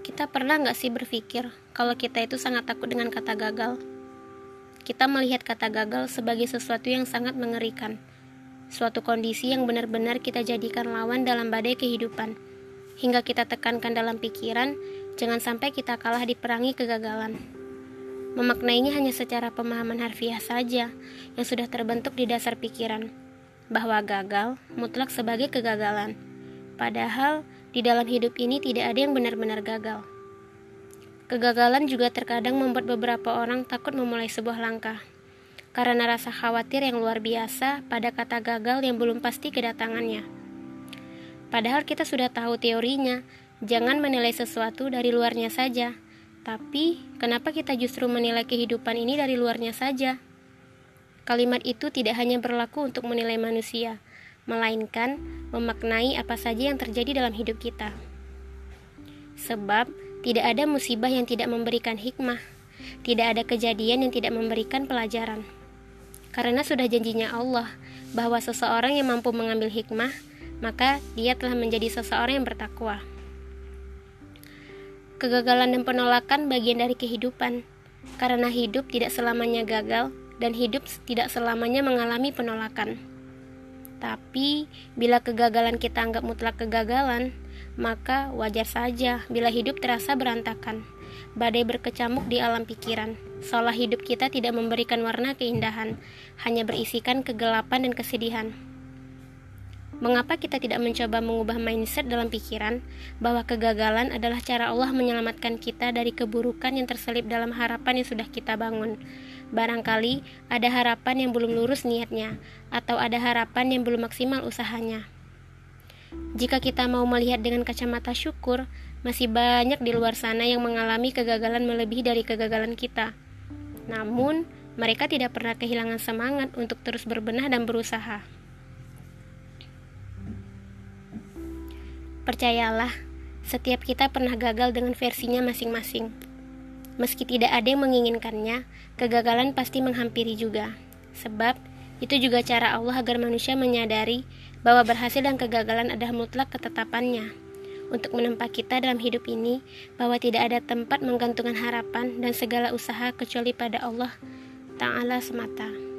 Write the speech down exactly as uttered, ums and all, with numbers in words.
Kita pernah gak sih berpikir kalau kita itu sangat takut dengan kata gagal? Kita melihat kata gagal sebagai sesuatu yang sangat mengerikan, suatu kondisi yang benar-benar kita jadikan lawan dalam badai kehidupan, hingga kita tekankan dalam pikiran, jangan sampai kita kalah diperangi kegagalan. Memaknainya hanya secara pemahaman harfiah saja, yang sudah terbentuk di dasar pikiran, bahwa gagal mutlak sebagai kegagalan. Padahal, di dalam hidup ini tidak ada yang benar-benar gagal. Kegagalan juga terkadang membuat beberapa orang takut memulai sebuah langkah, karena rasa khawatir yang luar biasa pada kata gagal yang belum pasti kedatangannya. Padahal kita sudah tahu teorinya, jangan menilai sesuatu dari luarnya saja. Tapi, kenapa kita justru menilai kehidupan ini dari luarnya saja? Kalimat itu tidak hanya berlaku untuk menilai manusia, melainkan memaknai apa saja yang terjadi dalam hidup kita. Sebab, tidak ada musibah yang tidak memberikan hikmah, tidak ada kejadian yang tidak memberikan pelajaran. Karena sudah janjinya Allah, bahwa seseorang yang mampu mengambil hikmah, maka dia telah menjadi seseorang yang bertakwa. Kegagalan dan penolakan bagian dari kehidupan, karena hidup tidak selamanya gagal, dan hidup tidak selamanya mengalami penolakan. Tapi, bila kegagalan kita anggap mutlak kegagalan, maka wajar saja bila hidup terasa berantakan. Badai berkecamuk di alam pikiran, seolah hidup kita tidak memberikan warna keindahan, hanya berisikan kegelapan dan kesedihan. Mengapa kita tidak mencoba mengubah mindset dalam pikiran bahwa kegagalan adalah cara Allah menyelamatkan kita dari keburukan yang terselip dalam harapan yang sudah kita bangun? Barangkali ada harapan yang belum lurus niatnya, atau ada harapan yang belum maksimal usahanya. Jika kita mau melihat dengan kacamata syukur, masih banyak di luar sana yang mengalami kegagalan melebihi dari kegagalan kita. Namun, mereka tidak pernah kehilangan semangat untuk terus berbenah dan berusaha. Percayalah, setiap kita pernah gagal dengan versinya masing-masing. Meski tidak ada yang menginginkannya, kegagalan pasti menghampiri juga. Sebab, itu juga cara Allah agar manusia menyadari bahwa berhasil dan kegagalan adalah mutlak ketetapannya. Untuk menempa kita dalam hidup ini, bahwa tidak ada tempat menggantungkan harapan dan segala usaha kecuali pada Allah Ta'ala semata.